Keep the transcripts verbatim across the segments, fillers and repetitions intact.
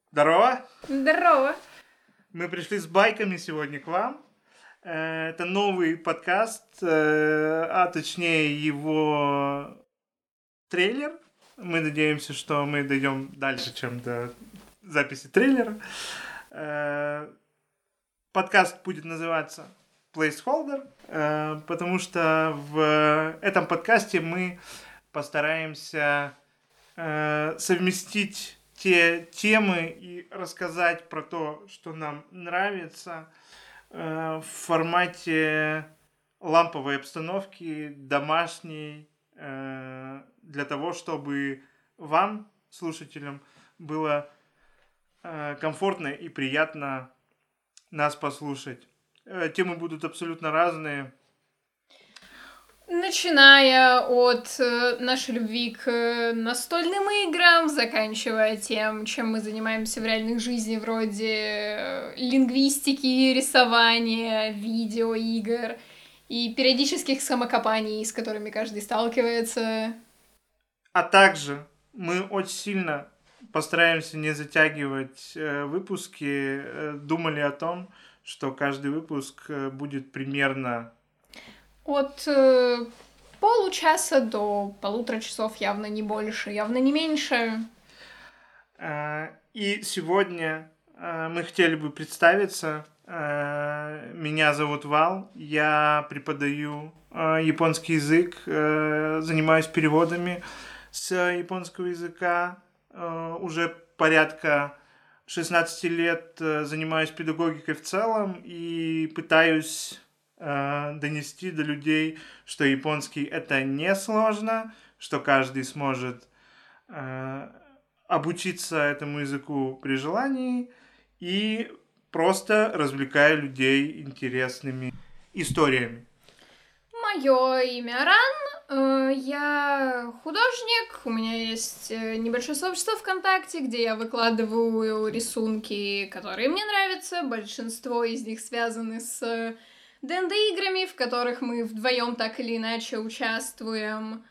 Здорово! Здорово! Мы пришли с байками сегодня к вам. Это новый подкаст, а точнее его трейлер. Мы надеемся, что мы дойдем дальше, чем до записи трейлера. Подкаст будет называться Placeholder, потому что в этом подкасте мы постараемся совместить те темы и рассказать про то, что нам нравится, в формате ламповой обстановки, домашней, для того, чтобы вам, слушателям, было комфортно и приятно нас послушать. Темы будут абсолютно разные. Начиная от э, нашей любви к настольным играм, заканчивая тем, чем мы занимаемся в реальной жизни, вроде лингвистики, рисования, видеоигр и периодических самокопаний, с которыми каждый сталкивается. А также мы очень сильно постараемся не затягивать э, выпуски, э, думали о том, что каждый выпуск э, будет примерно от э, получаса до полутора часов, явно не больше, явно не меньше. Э, и сегодня э, мы хотели бы представиться. Э, меня зовут Вал, я преподаю э, японский язык, э, занимаюсь переводами с японского языка. Э, уже порядка шестнадцать лет э, занимаюсь педагогикой в целом и пытаюсь э, донести до людей, что японский это не сложно, что каждый сможет э, обучиться этому языку при желании, и просто развлекаю людей интересными историями. Мое имя Ран, я художник, у меня есть небольшое сообщество ВКонтакте, где я выкладываю рисунки, которые мне нравятся, большинство из них связаны с ди энд ди-играми, в которых мы вдвоем так или иначе участвуем.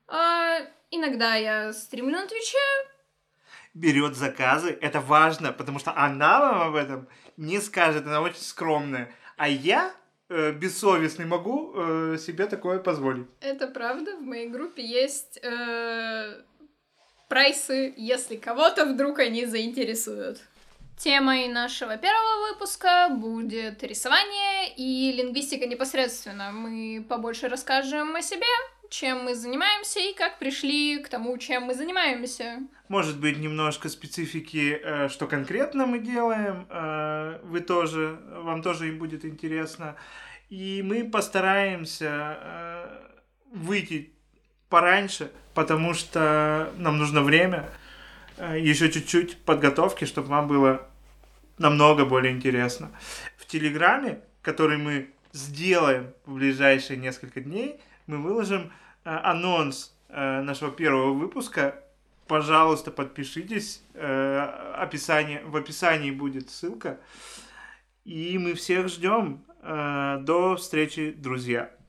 Иногда я стримлю на Твиче. Берет заказы, это важно, потому что она вам об этом не скажет, она очень скромная. А я, э, бессовестный, могу э, себе такое позволить. Это правда, в моей группе есть э, прайсы, если кого-то вдруг они заинтересуют. Темой нашего первого выпуска будет рисование и лингвистика непосредственно. Мы побольше расскажем о себе, чем мы занимаемся и как пришли к тому, чем мы занимаемся. Может быть, немножко специфики, что конкретно мы делаем, вы тоже, вам тоже им будет интересно. И мы постараемся выйти пораньше, потому что нам нужно время, еще чуть-чуть подготовки, чтобы вам было намного более интересно. В Телеграме, который мы сделаем в ближайшие несколько дней, мы выложим э, анонс э, нашего первого выпуска. Пожалуйста, подпишитесь. Э, описание, в описании будет ссылка. И мы всех ждем. Э, до встречи, друзья.